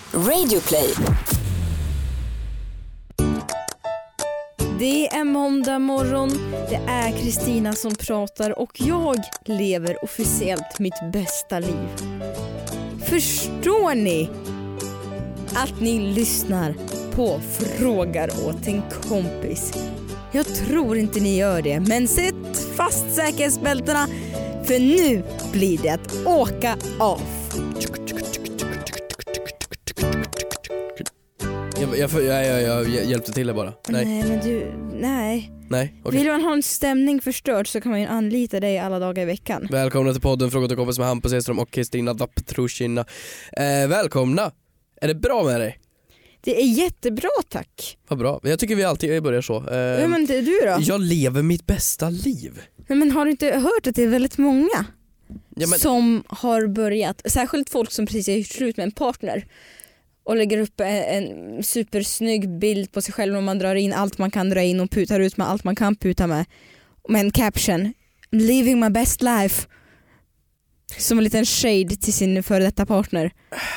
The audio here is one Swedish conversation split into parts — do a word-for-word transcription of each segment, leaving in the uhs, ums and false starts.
Radioplay. Det är måndag morgon, det är Kristina som pratar och jag lever officiellt mitt bästa liv. Förstår ni att ni lyssnar på Frågar åt en kompis? Jag tror inte ni gör det, men sätt fast säkerhetsbältena för nu blir det att åka av. Jag, jag, jag, jag, jag hjälpte till det bara. Nej, Nej men du, nej. nej okay. Vill man ha en stämning förstörd så kan man ju anlita dig alla dagar i veckan. Välkomna till podden Fråga till kompis med Hampus Edström och Kristina Daptrushina. eh, Välkomna, är det bra med dig? Det är jättebra, tack. Vad bra, jag tycker vi alltid börjar så. eh, Ja, men det är du då? Jag lever mitt bästa liv. Nej, men har du inte hört att det är väldigt många ja, men... som har börjat, särskilt folk som precis har gjort slut med en partner och lägger upp en, en supersnygg bild på sig själv och man drar in allt man kan dra in och putar ut med allt man kan puta med, med en caption living my best life som en liten shade till sin före detta partner.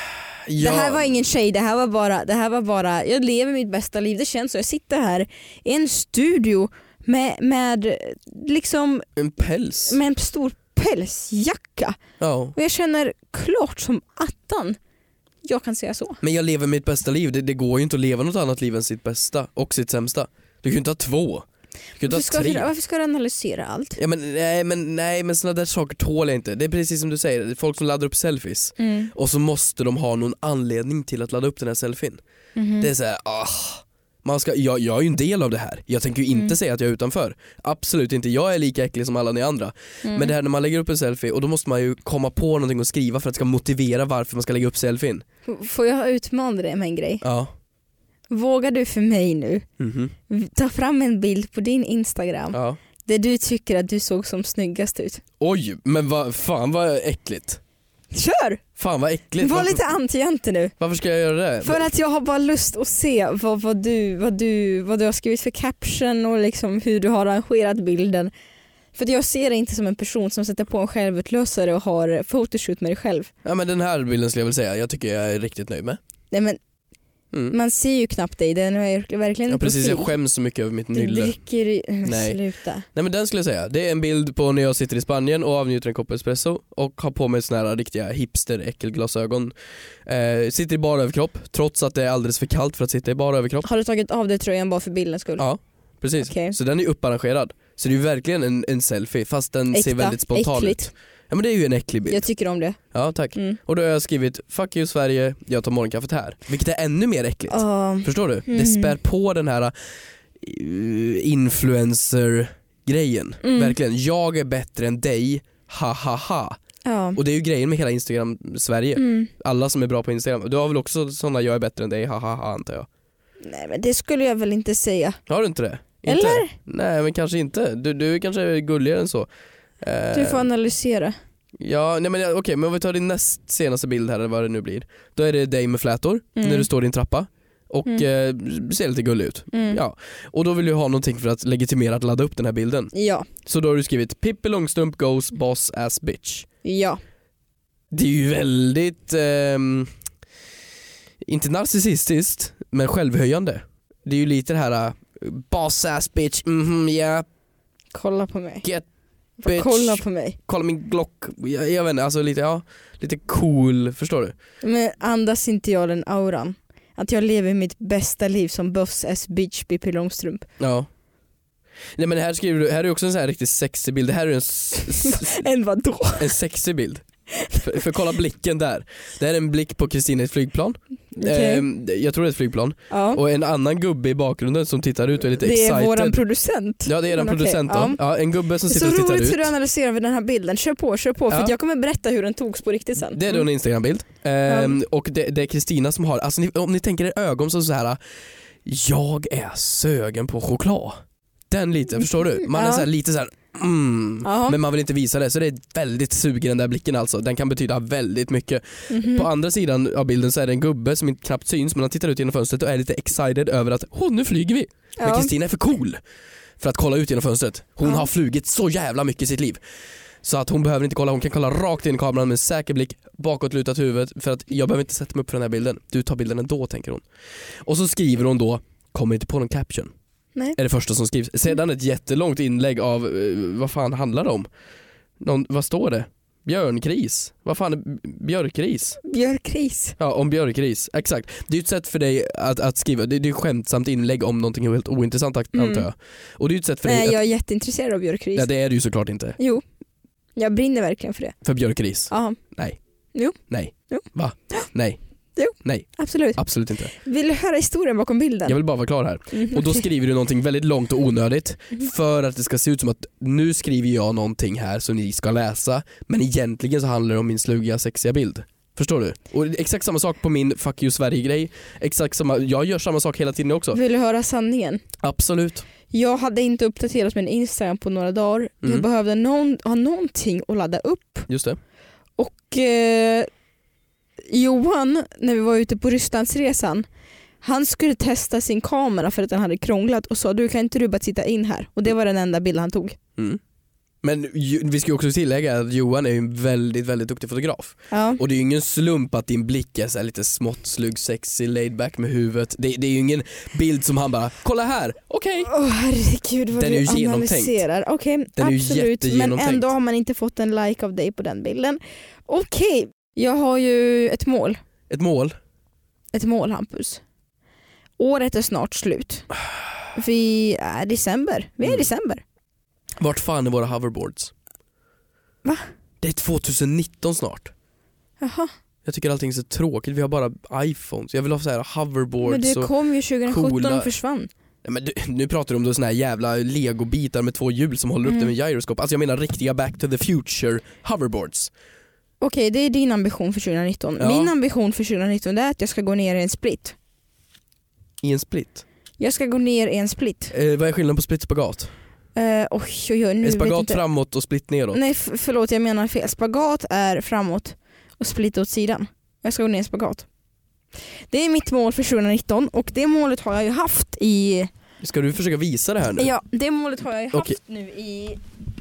Ja. Det här var ingen shade, det här var bara, det här var bara jag lever mitt bästa liv. Det känns så, jag sitter här i en studio med, med liksom en päls, med en stor pälsjacka. Ja. Och jag känner klart som attan jag kan säga så. Men jag lever mitt bästa liv, det, det går ju inte att leva något annat liv än sitt bästa och sitt sämsta. Du kan ju inte ha två. Du kan varför, ha tre. ska, varför ska du analysera allt? Ja, men, nej, men, nej men sådana där saker tål jag inte. Det är precis som du säger, det är folk som laddar upp selfies mm. och så måste de ha någon anledning till att ladda upp den här selfien. Mm-hmm. Det är så här, ah, man ska, jag, jag är ju en del av det här. Jag tänker ju inte mm. säga att jag är utanför. Absolut inte, jag är lika äcklig som alla ni andra. mm. Men det här när man lägger upp en selfie och då måste man ju komma på någonting att skriva för att det ska motivera varför man ska lägga upp selfien. Får jag utmana dig med en grej? Ja. Vågar du för mig nu Mm-hmm. ta fram en bild på din Instagram Ja. där du tycker att du såg som snyggast ut? Oj, men vad fan vad äckligt. Kör! Fan vad äckligt. Var Varför, lite anti-jante nu. varför ska jag göra det? För att jag har bara lust att se vad, vad, du, vad, du, vad du har skrivit för caption och liksom hur du har arrangerat bilden. För jag ser det inte som en person som sätter på en självutlösare och har photoshoot med dig själv. Ja, men den här bilden skulle jag väl säga, jag tycker jag är riktigt nöjd med. Nej, men Mm. man ser ju knappt dig, den är verkligen Ja, en precis, profil. jag skäms så mycket över mitt Du nylle. dricker i... Nej. Sluta. Nej, men den skulle jag säga, det är en bild på när jag sitter i Spanien och avnjuter en kopp espresso och har på mig såna här riktiga hipster-äckelglasögon. eh, Sitter i bara överkropp, trots att det är alldeles för kallt för att sitta i bara överkropp. Har du tagit av dig tröjan bara för bildens skull? Ja, precis, Okay. så den är upparrangerad. Så det är ju verkligen en, en selfie, fast den Äkta, ser väldigt spontan äckligt. ut. Ja, men det är ju en äcklig bild. Jag tycker om det. Ja, tack. Mm. Och då har jag skrivit fuck you Sverige, jag tar morgonkaffet här. Vilket är ännu mer äckligt. Uh, Förstår du? Mm. Det spär på den här uh, influencer-grejen. Mm. Verkligen, jag är bättre än dig, ha ha ha. ja. Och det är ju grejen med hela Instagram Sverige. Mm. Alla som är bra på Instagram. Du har väl också sådana jag är bättre än dig, ha ha ha, antar jag. Nej, men det skulle jag väl inte säga. Har du inte det? Inte? Eller? Nej, men kanske inte. Du, du kanske är gulligare än så. Uh, Du får analysera. Ja, nej men okej, okay, men om vi tar din näst senaste bild här, eller vad det nu blir. Då är det dig med flätor, Mm. när du står i en trappa och Mm. eh, ser lite gullig ut. Mm. Ja. Och då vill du ha någonting för att legitimera att ladda upp den här bilden. Ja. Så då har du skrivit Pippi Långstrump goes boss ass bitch. Ja. Det är ju väldigt ehm, inte narcissistiskt, men självhöjande. Det är ju lite det här uh, boss ass bitch, mhm, yeah, Kolla på mig. get Bara bitch. kolla på mig. Kolla min Glock. Jag, jag vet inte, alltså lite, ja, lite cool, förstår du? Men andas inte jag den auran? Att jag lever mitt bästa liv som boss as bitch Pippi Långstrump. Ja. Nej, men här skriver du, här är också en sån här riktigt sexig bild. Det här är en, s- s- En vadå? en sexig bild. För, för kolla blicken där. Det här är en blick på Kristina i ett flygplan. Okay. Ehm, jag tror det är ett flygplan. Ja. Och en annan gubbe i bakgrunden som tittar ut och är lite Det är excited. våran producent. Ja, det är en Men producent okej, då. Ja, en gubbe som Det är sitter så och tittar roligt ut. hur du analyserar den här bilden. Kör på, kör på. För Ja. att jag kommer berätta hur den togs på riktigt sen. Det är då en Instagram-bild. Ehm, och det, det är Kristina som har, alltså ni, om ni tänker er ögon så så här. Jag är sögen på choklad. Den lite, förstår du? Man är Ja. så här, lite så här. Mm. Ja. Men man vill inte visa det, så det är väldigt sugen den där blicken alltså. Den kan betyda väldigt mycket. Mhm. På andra sidan av bilden så är det en gubbe som inte knappt syns, men han tittar ut genom fönstret och är lite excited över att oh, nu flyger vi. Men Ja. Kristina är för cool för att kolla ut genom fönstret. Hon Ja. har flugit så jävla mycket i sitt liv. Så att hon behöver inte kolla, hon kan kolla rakt in i kameran med säker blick, bakåtlutat huvudet, för att jag behöver inte sätta mig upp för den här bilden. Du tar bilden ändå, tänker hon. Och så skriver hon då, kommer inte på någon caption. Nej. Är det första som skrivs. Sedan ett jättelångt inlägg av, eh, vad fan handlar det om? Någon, vad står det? Björnkris. Vad fan är björkris? Björkris. Ja, om björkris. Exakt. Det är ju ett sätt för dig att, att skriva. Det, det är ju skämtsamt inlägg om någonting helt ointressant, antar jag. Mm. Och det är ju ett sätt för Nej, dig att, jag är jätteintresserad av björkris. ja, det är det ju såklart inte. Jo, jag brinner verkligen för det. För björkris. Ja. Nej. Jo. Nej. Jo. Va? Nej. Jo. Nej. Absolut. Absolut inte. Vill du höra historien bakom bilden? Jag vill bara vara klar här. Mm, Och då okej. skriver du någonting väldigt långt och onödigt Mm. för att det ska se ut som att nu skriver jag någonting här som ni ska läsa, men egentligen så handlar det om min sluga sexiga bild. Förstår du? Och exakt samma sak på min Fuck you Sverige-grej. Exakt samma, jag gör samma sak hela tiden också. Vill du höra sanningen? Absolut. Jag hade inte uppdaterat min Instagram på några dagar. Mm. Jag behövde någon, ha någonting att ladda upp. Just det. Och eh, Johan, när vi var ute på Rysslandsresan, han skulle testa sin kamera för att den hade krånglat och sa, du kan inte du bara titta in här. Och det var den enda bild han tog. Mm. Men ju, vi ska ju också tillägga att Johan är ju en väldigt, väldigt duktig fotograf. Ja. Och det är ju ingen slump att din blick är så här lite smått slug, sexy, laid back med huvudet. Det, det är ju ingen bild som han bara, kolla här, okej. Åh herregud vad Den är du ju genomtänkt. analyserar. Okej, Den är ju absolut. Men jättegenomtänkt. ändå har man inte fått en like av dig på den bilden. Okej, jag har ju ett mål. Ett mål. Ett mål, Hampus. Året är snart slut. Vi är december. Vi är i Mm. december. Vart fan är våra hoverboards? Va? Det är tjugonitton snart. Jaha. Jag tycker allting är så tråkigt. Vi har bara iPhones. Jag vill ha så här hoverboards. Men det och... kom ju tjugosjutton coola- och försvann. Nej, men du, nu pratar du om då såna här jävla legobitar med två hjul som håller upp Mm. det med gyroskop. Alltså jag menar riktiga Back to the Future hoverboards. Okej, det är din ambition för tjugonitton. Ja. Min ambition för tjugonitton är att jag ska gå ner i en split. I en split. Jag ska gå ner i en split. Eh, vad är skillnaden på split spagat? Uh, oj, oj, oj, nu Är vet spagat inte. framåt och split neråt? Nej, f- förlåt, jag menar fel. Spagat är framåt och split åt sidan. Jag ska gå ner i spagat. Det är mitt mål för tjugonitton och det målet har jag ju haft i... Ska du försöka visa det här nu? Ja, det målet har jag ju haft Okej. nu i...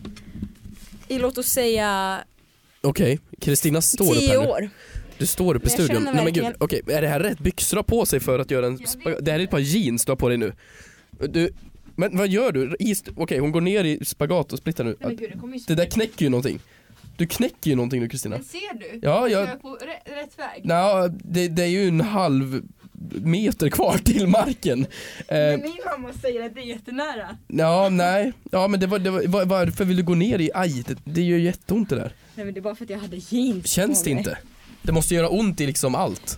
I låt oss säga Okej, Kristina står upp tio här nu. år. Du står upp i Men jag studion. känner Nej men gud, verkligen- okej, är det här rätt byxor att ha på sig för att göra en spagat? Det här är ett par jeans du har på dig nu. Du, men vad gör du? I st- Okej, hon går ner i spagat och splittar nu. Men gud, det kommer ju Det där knäcker ju någonting. Du knäcker ju någonting nu, Kristina. Men ser du? Ja, jag- Jag är på rätt, rätt väg. Nå, det, det är ju en halv meter kvar till marken. Men Eh, min mamma säger att det är jättenära. ja, nej. Ja, men det var, det var, var, varför vill du gå ner i? Aj, det, det gör jätteont det där. Nej, men det är bara för att jag hade jeans Känns på det mig. inte? Det måste göra ont i liksom allt.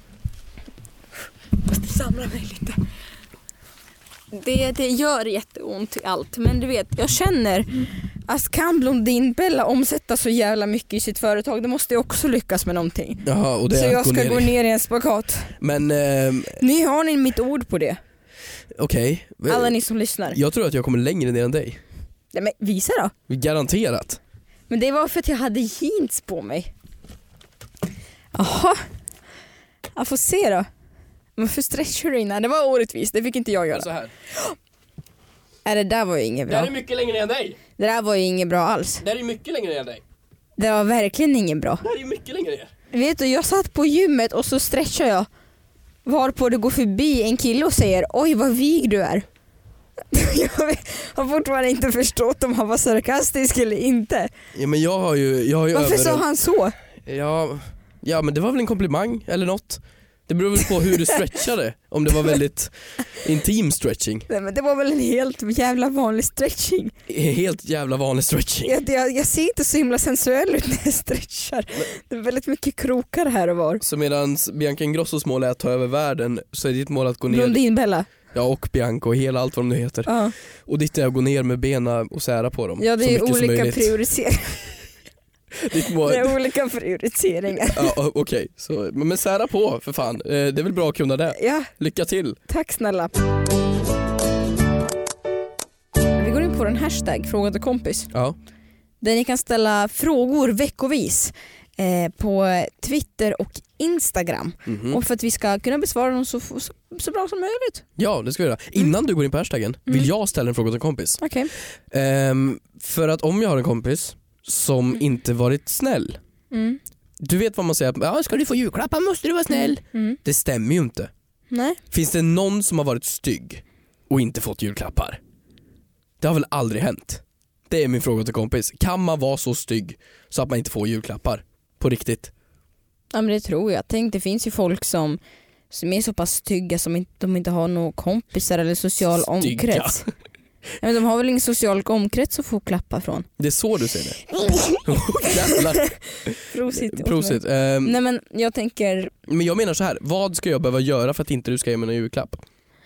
Måste samla mig lite. Det, det gör jätteont i allt, men du vet, jag känner att kan Blondinbella omsätta så jävla mycket i sitt företag, det måste jag också lyckas med någonting. Jaha, och det Så är jag att gå ska ner gå i. ner i en spagat. Men ehm, Ni har ni mitt ord på det, okej. alla ni som lyssnar. Jag tror att jag kommer längre ner än dig. Nej, men visa då. Garanterat. Men det var för att jag hade jeans på mig. Jaha. Jag får se då. Men för stretchar du innan? Det var orättvist, det fick inte jag göra. Så här. Nej, det där var ju inget Det här bra. är mycket längre ner än dig. Det där var ju inget bra alls. Det här är mycket längre ner än dig. Det var verkligen inget bra. Det här är mycket längre ner. Vet du, jag satt på gymmet och så stretchar jag. Varpå det går förbi en kille och säger, oj vad vig du är. Jag vet- har fortfarande inte förstått om han var sarkastisk eller inte. Ja, men jag har ju, jag har ju Varför över... sa han så? Ja, ja, men det var väl en komplimang eller något. Det beror väl på hur du stretchade. Om det var väldigt intim stretching. Nej, men det var väl en helt jävla vanlig stretching. Helt jävla vanlig stretching. Jag, jag, jag ser inte så himla sensuell ut när jag stretchar. Det är väldigt mycket krokar här och var. Så medan Bianca Ingrossos mål är att ta över världen, så är ditt mål att gå ner. Blondinbella. Ja, och Bianca och hela allt vad de nu heter. Ja, Och ditt är att gå ner med benen och sära på dem. ja det så är mycket som olika möjligt. prioriteringar. Ditt mål... Det är olika prioriteringar. Ja, o- okej. Så, men, men sära på för fan. Eh, Det är väl bra att kunna det. Ja, Lycka till. tack snälla. Vi går in på en hashtag, fråga till kompis. Ja. Där ni kan ställa frågor veckovis eh, på Twitter och Instagram. Mhm. Och för att vi ska kunna besvara dem så, så, så bra som möjligt. Ja, det ska vi göra. Innan du går in på hashtaggen vill Mm. jag ställa en fråga till en kompis. Okej. Ehm, för att om jag har en kompis som Mm. inte varit snäll. Mm. Du vet vad man säger, ja, ska du få julklappar måste du vara snäll. Mm. Det stämmer ju inte. Nej. Finns det någon som har varit stygg och inte fått julklappar? Det har väl aldrig hänt? Det är min fråga till kompis. Kan man vara så stygg så att man inte får julklappar? På riktigt? Ja, men det tror jag. Tänk, det finns ju folk som, som är så pass stygga som inte, de inte har några kompisar eller social Stygga. omkrets. Ja, men de har väl ingen social omkrets att få klappa från. Det är så du ser det. Jävlar. Prosit. Prosit. Um, Nej, men jag tänker... men jag menar så här, vad ska jag behöva göra för att inte du ska ge mig en julklapp?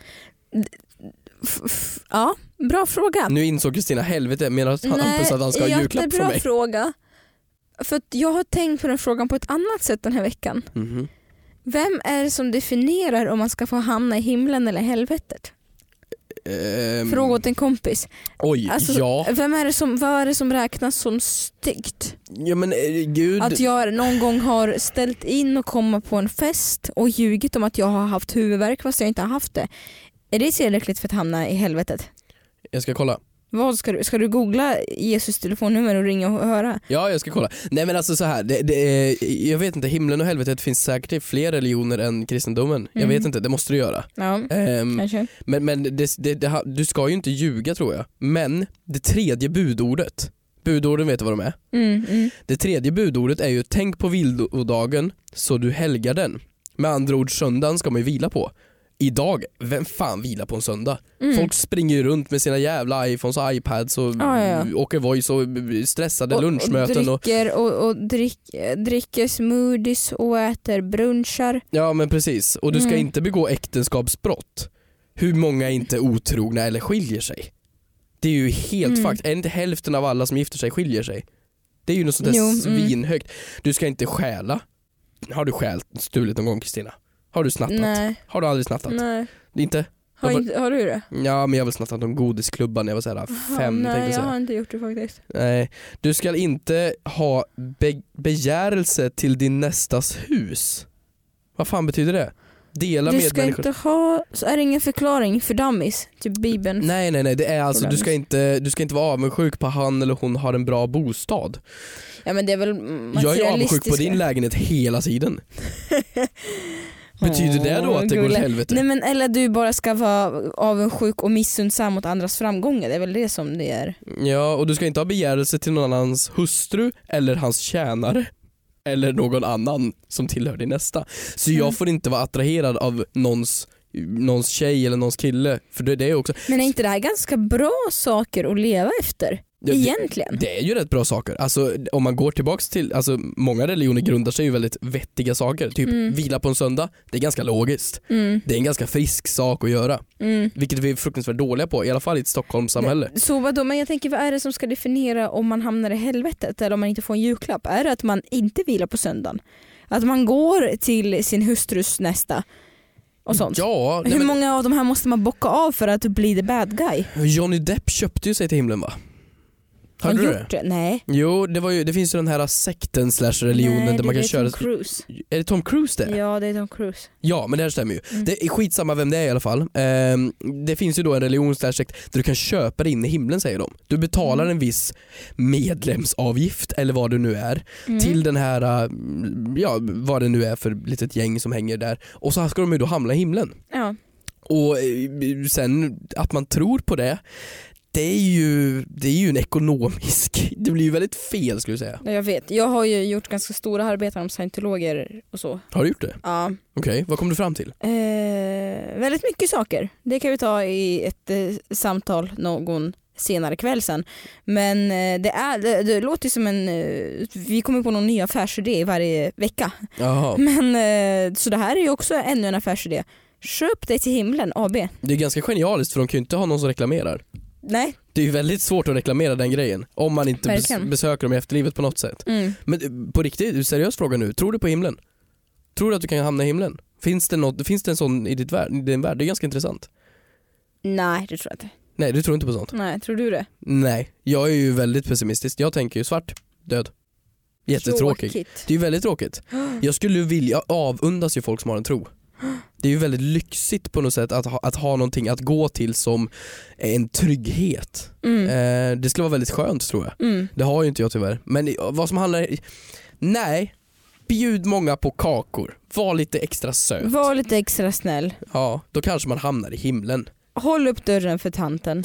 F- f- ja, bra fråga. Nu insåg Kristina, helvete, menar att han Nej, att han ska ha julklapp från bra mig? fråga. För att jag har tänkt på den frågan på ett annat sätt den här veckan. Mhm. Vem är det som definierar om man ska få hamna i himlen eller helvetet? Ehm, Fråga åt en kompis. Oj, Alltså, ja. Vem är det som, vad är det som räknas som styggt? Ja men eh, gud. Att jag någon gång har ställt in och komma på en fest och ljugit om att jag har haft huvudvärk fast jag inte har haft det. Är det tillräckligt för att hamna i helvetet? Jag ska kolla. Vad ska du, ska du googla Jesus telefonnummer och ringa och höra? Ja, jag ska kolla. Nej men alltså så här, det, det är, jag vet inte, himlen och helvetet finns säkert i fler religioner än kristendomen. Jag Mm. vet inte, det måste du göra. Ja, Ehm, kanske. men men det, det, det, du ska ju inte ljuga tror jag. Men det tredje budordet, budorden vet du vad de är? Mm, mm. Det tredje budordet är ju tänk på vilodagen så du helgar den. Med andra ord, söndagen ska man ju vila på. Idag, vem fan vilar på en söndag? Mm. Folk springer ju runt med sina jävla iPhones och iPads och Ja, ja, ja. åker voice och stressade och, lunchmöten. och Och, dricker, och, och drick, dricker smoothies och äter brunchar. ja men precis, och du ska Mm. inte begå äktenskapsbrott. Hur många är inte otrogna eller skiljer sig? Det är ju helt Mm. fakt. Är inte hälften av alla som gifter sig skiljer sig? Det är ju något sånt där Jo, mm. svinhögt. Du ska inte stjäla. Har du stjält, stulit någon gång Kristina? Har du snattat? Nej. Har du aldrig snattat? Nej. Inte? Har, Jag var- inte, har du det? Ja, men jag har väl snattat om godisklubban när jag var såhär Jaha, fem. tänkte nej, jag jag säga. har inte gjort det faktiskt. Nej, du ska inte ha be- begärelse till din nästas hus. Vad fan betyder det? Dela Du med ska människor. inte ha, så är det ingen förklaring för dummies till Bibeln. Nej nej nej, det är alltså, För du ska, dummies. inte, du ska inte vara avundsjuk på han eller hon har en bra bostad. Ja, men det är väl Jag är avundsjuk på materialistiska- din lägenhet hela tiden. Betyder det då Åh, att det går åt gulle. helvete? Nej, men eller du bara ska vara avundsjuk och missundsam mot andras framgångar. Det är väl det som det är. Ja, och du ska inte ha begärelse till någon annans hustru eller hans tjänare eller någon annan som tillhör din nästa. Så jag Mm. får inte vara attraherad av någons, någons tjej eller någons kille, för det, det är också Men är inte det här ganska bra saker att leva efter? det, det, Egentligen. det är ju rätt bra saker. Alltså, om man går tillbaks till, alltså, många religioner grundar sig ju väldigt vettiga saker. Typ Mm. vila på en söndag, det är ganska logiskt. Mm, Det är en ganska frisk sak att göra. mm. Vilket vi är fruktansvärt dåliga på, i alla fall i ett Stockholmssamhälle. Så vadå, men jag tänker, vad är det som ska definiera om man hamnar i helvetet eller om man inte får en julklapp? Är det att man inte vilar på söndagen? Att man går till sin hustrus nästa och sånt? Ja, nej, Hur men många av de här måste man bocka av för att bli the bad guy? Johnny Depp köpte ju sig till himlen va? Har Hörde han du gjort det? det? Nej. Jo, det, var ju, det finns ju den här sekten slash religionen Nej, där man det kan är köra... Tom Cruise. Är det Tom Cruise det? Ja, det är Tom Cruise. Ja, men det här stämmer ju. Mm. Det är skitsamma vem det är i alla fall. Ehm, det finns ju då en religion slash sekt där du kan köpa dig in i himlen, säger de. Du betalar Mm. en viss medlemsavgift eller vad det nu är Mm. till den här, äh, ja vad det nu är för litet gäng som hänger där. Och så ska de ju då hamna i himlen. Ja. Och eh, sen att man tror på det, det är ju, det är ju en ekonomisk, det blir ju väldigt fel skulle jag säga. Ja, jag vet. Jag har ju gjort ganska stora arbeten om scientologer och så. Har du gjort det? Ja. Okej, vad kom du fram till? Eh, väldigt mycket saker. Det kan vi ta i ett eh, samtal någon senare kväll sen. Men eh, det, är, det, det låter ju som en... Eh, vi kommer på någon ny affärsidé varje vecka. Jaha. Men, eh, så det här är ju också ännu en affärsidé. Köp dig till himlen A B. Det är ganska genialiskt för de kan ju inte ha någon som reklamerar. Nej. Det är ju väldigt svårt att reklamera den grejen om man inte bes- Verkligen. besöker dem i efterlivet på något sätt. Mm. Men eh, på riktigt, seriös fråga nu, tror du på himlen? Tror du att du kan hamna i himlen? Finns det, något, finns det en sån i, ditt värld, i din värld? Det är ganska intressant. Nej, det tror jag inte. Nej, du tror inte på sånt? Nej, tror du det? Nej, jag är ju väldigt pessimistisk. Jag tänker ju svart, död. Jättetråkig. Tråkigt. Det är ju väldigt tråkigt. Jag skulle vilja, jag avundas ju folk som har en tro. Det är ju väldigt lyxigt på något sätt att ha, att ha någonting att gå till som en trygghet. Mm. Eh, det skulle vara väldigt skönt tror jag. Mm. Det har ju inte jag tyvärr. Men vad som handlar... Nej, bjud många på kakor. Var lite extra söt. Var lite extra snäll. Ja, då kanske man hamnar i himlen. Håll upp dörren för tanten.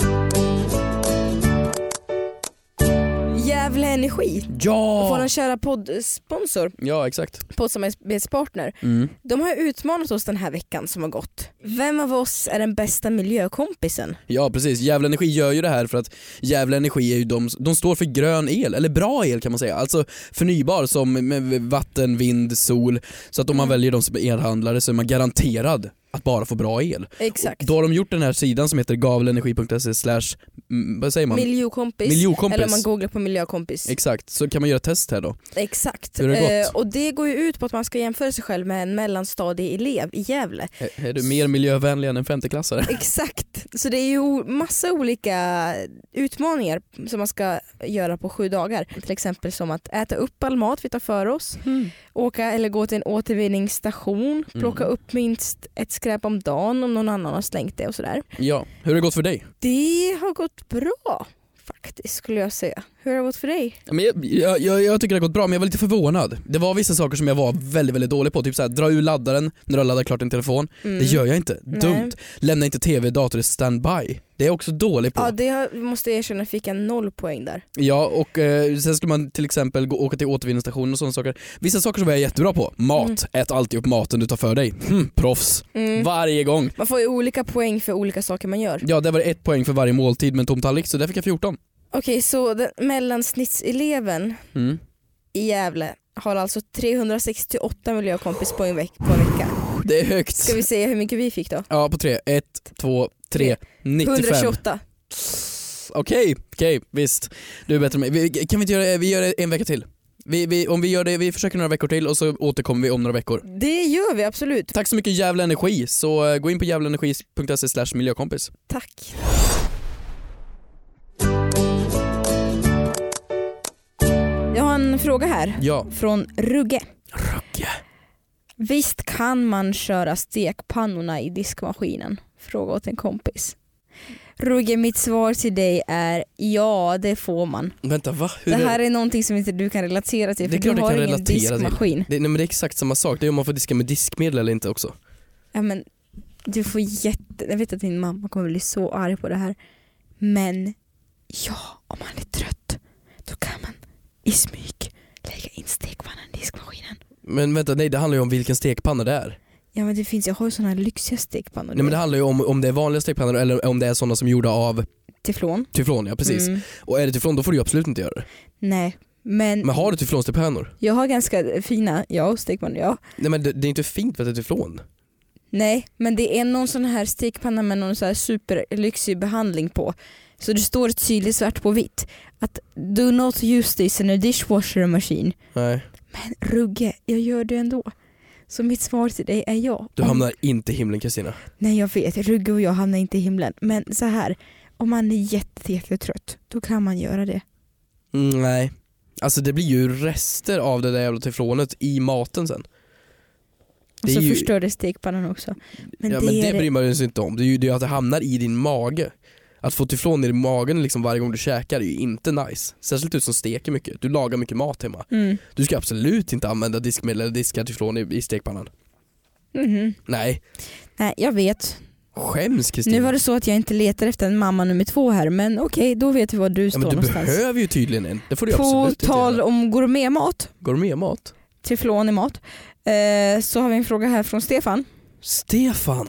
Gävle Energi. Ja! Vår kära poddsponsor, Ja, exakt. poddsamarbetspartner. Mm. De har utmanat oss den här veckan som har gått. Vem av oss är den bästa miljökompisen? Ja, precis. Gävle Energi gör ju det här för att Gävle Energi är ju de, de står för grön el, eller bra el kan man säga. Alltså förnybar som med vatten, vind, sol. Så att om man Mm. väljer dem som elhandlare så är man garanterad att bara få bra el. Exakt. Då har de gjort den här sidan som heter gavelenergi punkt se slash vad säger man? Miljökompis. Miljökompis. Eller om man googlar på miljökompis. Exakt, så kan man göra ett test här då. Exakt. Hur har det gått? Eh, och det går ju ut på att man ska jämföra sig själv med en mellanstadieelev i Gävle. Är, är du mer miljövänlig än en femteklassare? Exakt. Så det är ju massa olika utmaningar som man ska göra på sju dagar. Till exempel som att äta upp all mat vi tar för oss. Mm. Åka eller gå till en återvinningsstation. Plocka Mm. upp minst ett skräp om dagen om någon annan har slängt det och sådär. Ja, hur har det gått för dig? Det har gått bra faktiskt skulle jag säga. Hur har det gått för dig? Men jag, jag, jag, jag tycker det har gått bra, men jag var lite förvånad. Det var vissa saker som jag var väldigt, väldigt dålig på. Typ såhär, dra ur laddaren när du har laddat klart din telefon. Mm. Det gör jag inte. Nej. Dumt. Lämna inte tv, dator i standby. Det är jag också dålig på. Ja, det har, måste jag erkänna, fick jag noll poäng där. Ja, och eh, sen skulle man till exempel gå, åka till återvinningsstationen och sådana saker. Vissa saker som jag är jättebra på. Mat. Mm. Ät alltid upp maten du tar för dig. Hm, proffs. Mm. Varje gång. Man får ju olika poäng för olika saker man gör. Ja, det var ett poäng för varje måltid med en tom tallrik, så där fick jag fjorton. Okej, så den mellansnittseleven Mm. i Gävle har alltså trehundrasextioåtta miljökompis på en, veck- på en vecka. Det är högt. Ska vi säga hur mycket vi fick då? Ja, på tre. Ett, två, tre. nittiofem. etthundratjugoåtta. Okej, okej, visst. Du är bättre än mig. Vi, kan vi inte göra vi gör det en vecka till? Vi, vi, om vi gör det, vi försöker några veckor till och så återkommer vi om några veckor. Det gör vi absolut. Tack så mycket Gävle Energi, så eh, gå in på gavelenergi punkt se slash miljökompis. Tack. Jag har en fråga här Ja. från Rugge. Rugge. Visst kan man köra stekpannorna i diskmaskinen? Fråga åt en kompis. Rugge, mitt svar till dig är ja, det får man. Vänta, va? Hur Det här är någonting som inte du kan relatera till, Det är för klart du jag har kan ingen relatera till. diskmaskin. det, nej, men det är exakt samma sak, det är om man får diska med diskmedel eller inte också. Ja, men du får jätte... Jag vet att din mamma kommer bli så arg på det här. Men ja, om man är trött då kan man i smyg lägga in stekpannan i diskmaskinen. Men vänta, nej, det handlar ju om vilken stekpanna det är. Ja, men det finns, jag har ju såna här lyxiga stekpannor. Nej, men det handlar ju om om det är vanliga stekpannor eller om det är sådana som är gjorda av Teflon. teflon, ja precis. Mm. Och är det teflon då får du ju absolut inte göra det. Nej, men, Men har du teflonstekpannor? jag har ganska fina, ja, stekpannor, ja. Nej, men det, det är inte fint för att det är teflon. Nej, men det är någon sån här stekpanna med någon så här superlyxig behandling på. Så det står tydligt svart på vitt att do not use this in a dishwasher machine. Nej. Men Rugge, jag gör det ändå. Så mitt svar till dig är ja. Du hamnar inte i himlen, Kristina. Nej, jag vet, Rugge och jag hamnar inte i himlen. Men så här, om man är jätte, jättetrött, då kan man göra det. Mm, nej. Alltså det blir ju rester av det där jävla teflonet i maten sen. Och Det är så ju- förstör det stekpannan också. Men ja, det, men det är bryr man sig inte om. Det är ju det att det hamnar i din mage. Att få teflon i magen liksom varje gång du käkar är ju inte nice. Särskilt ut som steker mycket. Du lagar mycket mat hemma. Mm. Du ska absolut inte använda diskmedel eller diska teflon i, i stekpannan. Mhm. Nej. Nej, jag vet. Skäms, Kristina. Nu var det så att jag inte letar efter en mamma nummer två här, men okej, då vet vi var du ja, står men du någonstans. behöver ju tydligen en. Det får du På absolut tal inte göra. om gourmetmat, Gourmetmat. teflon i mat, eh, så har vi en fråga här från Stefan. Stefan.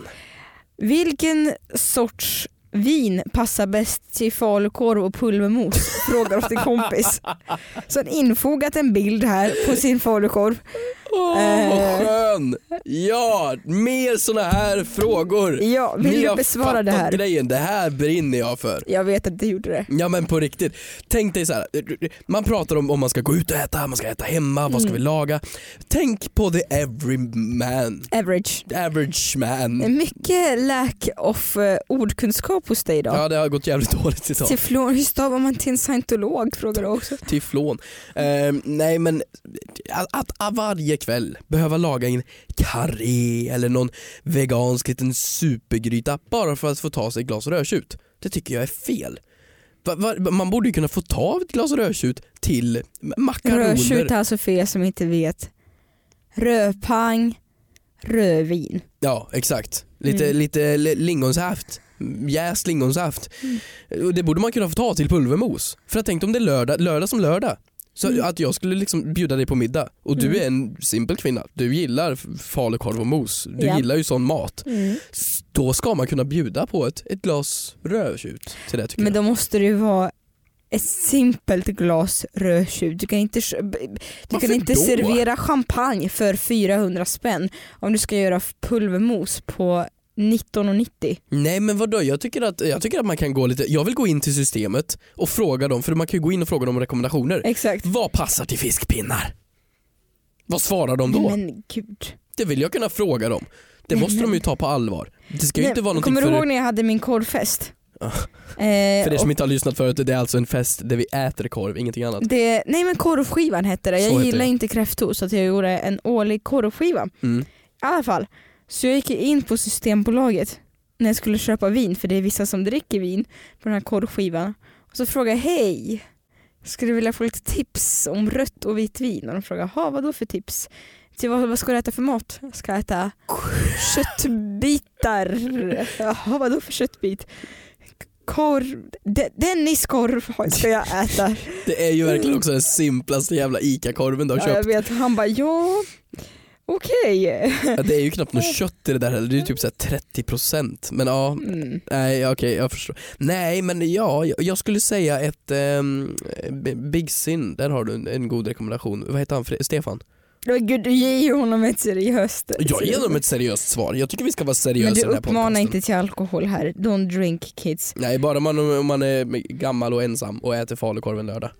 Vilken sorts vin passar bäst till falukorv och pulvermos? Frågar åt en kompis. Så han infogat en bild här på sin falukorv. Åh, Eh. vad skön! Ja, mer såna här frågor. Ja, vill Ni du har besvara det fattat här? grejen, det här brinner jag för. Jag vet att du gjorde det. Ja, men på riktigt. Tänk dig så här. Man pratar om om man ska gå ut och äta, man ska äta hemma, vad ska Mm. vi laga? Tänk på the every man. Average. The average man. Mycket lack of uh, ordkunskap hos dig idag. Ja, det har gått jävligt dåligt idag. Teflon, hur stavar man till en scientolog? Frågar du också. Teflon. Eh, nej men att, att varje fredagskväll behöva laga en karré eller någon vegansk liten supergryta bara för att få ta sig ett glas rödtjut. Det tycker jag är fel. Va, va, man borde ju kunna få ta ett glas rödtjut till makaroner. Rödtjut är alltså för er som inte vet rödpang, rödvin. Ja, exakt. Lite, Mm. lite lingonsaft. Jäst lingonsaft. Mm. Och det borde man kunna få ta till pulvermos. För jag tänkte om det är lördag, lördag som lördag. Så Mm. att jag skulle liksom bjuda dig på middag. Och du Mm. är en simpel kvinna. Du gillar falukorv och mos. Du Ja. gillar ju sån mat. Mm. Då ska man kunna bjuda på ett, ett glas rödtjut till det, tycker Men jag. då måste det ju vara ett simpelt glas rödtjut. Du kan inte, du Varför kan inte då? servera champagne för fyrahundra spänn om du ska göra pulvermos på nitton nittio. Nej men vadå, jag tycker, att, jag tycker att man kan gå lite. Jag vill gå in till systemet och fråga dem. För man kan ju gå in och fråga dem om rekommendationer. Exakt. Vad passar till fiskpinnar? Vad svarar de då? Men gud. Det vill jag kunna fråga dem. Det Nej, måste men- de ju ta på allvar. Det ska ju Nej, inte vara någonting kommer du för, ihåg när jag hade min korvfest? Ah. Eh, för er som och inte har lyssnat förut. Det är alltså en fest där vi äter korv, ingenting annat. det, nej men korvskivan hette det. Så Jag heter gillar det. inte kräftor så att jag gjorde en årlig korvskiva. Mm. I alla fall. Så jag gick in på Systembolaget när jag skulle köpa vin, för det är vissa som dricker vin på den här korvskivan. Och så frågade jag, hej, skulle du vilja få lite tips om rött och vitt vin? Och de frågade, ha vad då för tips? Till vad, vad ska du äta för mat? Jag ska äta köttbitar. Jaha, vad då för köttbit? Korv, De- Denniskorv ska jag äta. Det är ju verkligen också den simplaste jävla Ica-korven du har Ja, jag köpt. vet, han bara, ja, okej. Ja, det är ju knappt något kött i det där heller. Det är ju typ så här trettio procent. Men ja, Mm. nej okej jag förstår. Nej men ja, jag, jag skulle säga ett um, Big Sin. Där har du en, en god rekommendation. Vad heter han? Fre- Stefan? Men gud, du ger ju honom ett seriöst. Jag ger dem ett seriöst svar. Jag tycker vi ska vara seriösa Men i du den här uppmanar podcasten. inte till alkohol här. Don't drink kids. Nej, bara man, om man är gammal och ensam och äter falukorv en lördag.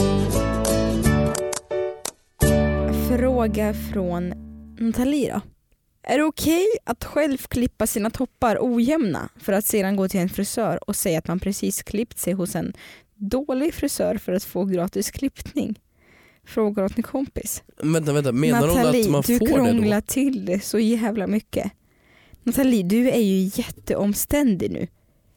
Fråga från Natalia då. Är det okej att själv klippa sina toppar ojämna för att sedan gå till en frisör och säga att man precis klippt sig hos en dålig frisör för att få gratis klippning? Frågar åt en kompis. Vänta, vänta, menar Nathalie, hon att man du får det krånglar då? till det så jävla mycket. Nathalie, du är ju jätteomständig nu.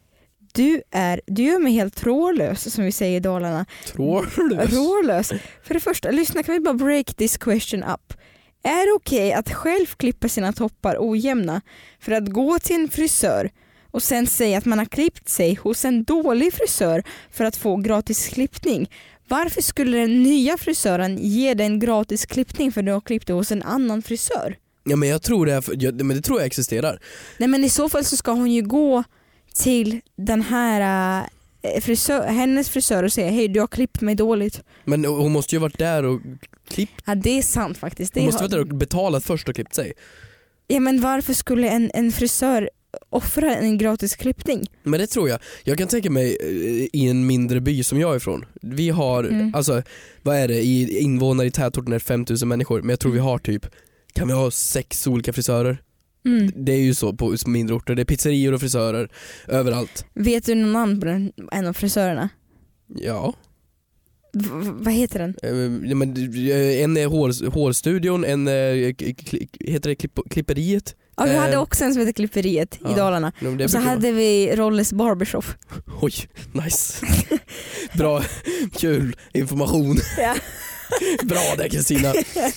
Du, är, du gör mig helt trådlös, som vi säger i Dalarna. Trådlös? Rålös. För det första, lyssna, kan vi bara break this question up. Är det okej att själv klippa sina toppar ojämna för att gå till en frisör och sen säga att man har klippt sig hos en dålig frisör för att få gratis klippning? Varför skulle den nya frisören ge dig en gratis klippning för att du har klippt dig hos en annan frisör? Ja men jag tror det, är för, jag, men det tror jag existerar. Nej, men i så fall så ska hon ju gå till den här äh, frisör, hennes frisör och säga, hej, du har klippt mig dåligt. Men hon måste ju varit där och klippt. Ja, det är sant faktiskt. Det Hon måste har... varit där och betalat först och klippt sig. Ja, men varför skulle en, en frisör offra en gratis klippning? Men det tror jag. Jag kan tänka mig eh, i en mindre by som jag är ifrån. Vi har, Mm. alltså vad är det, i invånare i tätorten är fem tusen människor. Men jag tror vi har typ, kan vi ha sex olika frisörer? Mm. Det är ju så på mindre orter. Det är pizzerior och frisörer överallt. Vet du någon namn på den, en av frisörerna? Ja. V- v- vad heter den? Eh, ja, men, eh, en är hår, hårstudion, en är, k- k- heter det klipp, klipperiet? Ja, vi Eh, hade också en som heter Klipperiet ja. i Dalarna. Ja, men det Och så brukar hade vi Rolles Barbershop. vara- Oj, nice. Bra, kul information. Ja. Bra där Kristina.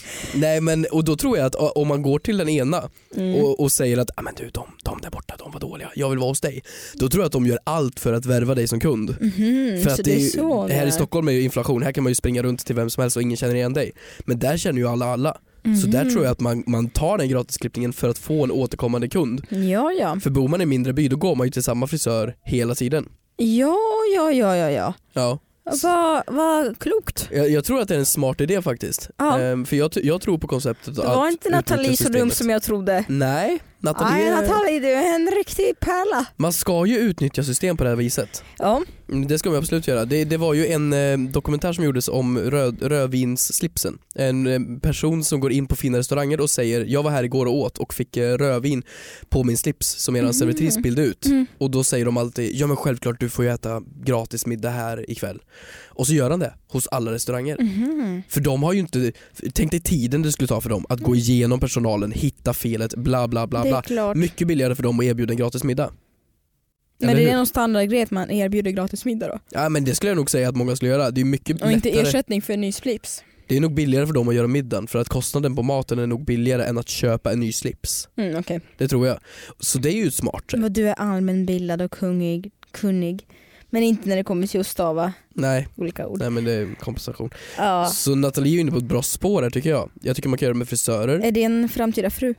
Nej men, och då tror jag att om man går till den ena Mm. och, och säger att ah, men du, de, de där borta, de var dåliga, jag vill vara hos dig. Då tror jag att de gör allt för att värva dig som kund. Mhm, För så att det är ju- så det här är. i Stockholm är ju inflation, här kan man ju springa runt till vem som helst och ingen känner igen dig. Men där känner ju alla alla. Så där Mhm. tror jag att man, man tar den gratisklippningen för att få en återkommande kund. Ja, ja. För bor man i en mindre by då går man ju till samma frisör hela tiden. Ja, ja, ja, ja, ja. Ja. Vad vad klokt. Jag, jag tror att det är en smart idé faktiskt. Ja. Ehm, för jag, jag tror på konceptet Det att var inte utnyttja Nathalie så dum systemet. som jag trodde. Nej, Nathalie, Nej, Nathalie, du är en riktig pärla. man ska ju utnyttja system på det här viset. Ja. Det ska man absolut göra. Det, det var ju en eh, dokumentär som gjordes om röd, rödvinsslipsen. En eh, person som går in på fina restauranger och säger jag var här igår och åt och fick eh, rödvin på min slips som eran mm. servitris bildade ut. Mm. Och då säger de alltid ja men självklart du får ju äta gratis middag här ikväll. Och så gör han det hos alla restauranger. Mm. För de har ju inte, tänk dig tiden det skulle ta för dem att gå igenom personalen, hitta felet, bla bla bla bla. Mycket billigare för dem att erbjuda en gratis middag. Men det är någon standardgrej att man erbjuder gratis middag då? Ja men det skulle jag nog säga att många skulle göra. Det är mycket och lättare. Inte ersättning för en ny slips. Det är nog billigare för dem att göra middagen för att kostnaden på maten är nog billigare än att köpa en ny slips. Mm, okay. Det tror jag. Så det är ju smart. Men du är allmänbildad och kunnig, kunnig. Men inte när det kommer till att stava Nej. olika ord. Nej men det är kompensation. Ja. Så Nathalie är ju inne på ett bra spår här tycker jag. Jag tycker man kan göra det med frisörer. Är det en framtida fru?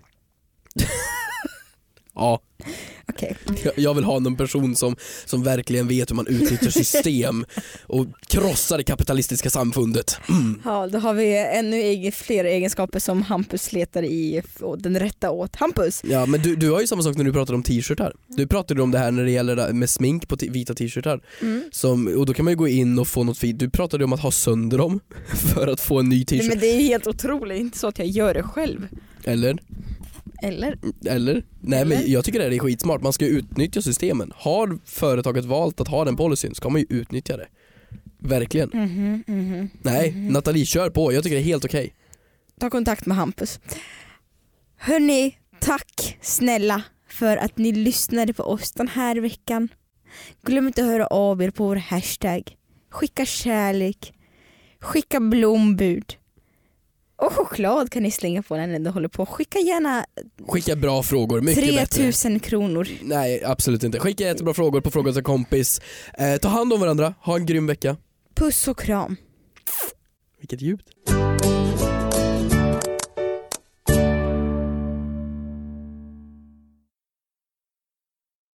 Ja. Okay. Jag, jag vill ha någon person som, som verkligen vet hur man utnyttjar system och krossar det kapitalistiska samfundet. Mm. Ja, då har vi ännu fler egenskaper som Hampus letar i den rätta åt. Hampus! Ja, men du, du har ju samma sak när du pratade om t-shirtar. Du pratade om det här när det gäller med smink på t- vita t-shirtar. Mm. Som, och då kan man ju gå in och få något fint. Du pratade om att ha sönder dem för att få en ny t-shirt. Nej, men det är helt otroligt, inte så att jag gör det själv. Eller? Eller? Eller? Nej Eller? men jag tycker det är skitsmart. Man ska ju utnyttja systemen. Har företaget valt att ha den policyn ska man ju utnyttja det. Verkligen. Mm-hmm, mm-hmm, Nej, mm-hmm. Nathalie kör på. Jag tycker det är helt okej. Ta kontakt med Hampus. Hörrni, tack snälla för att ni lyssnade på oss den här veckan. Glöm inte att höra av er på vår hashtag. Skicka kärlek. Skicka blombud. Och choklad kan ni slänga på när ni ändå håller på. Skicka gärna Skicka bra frågor, mycket tre bättre. tusen kronor. Nej, absolut inte. Skicka jättebra frågor på Fråga till kompis. eh, Ta hand om varandra, ha en grym vecka. Puss och kram. Vilket ljud.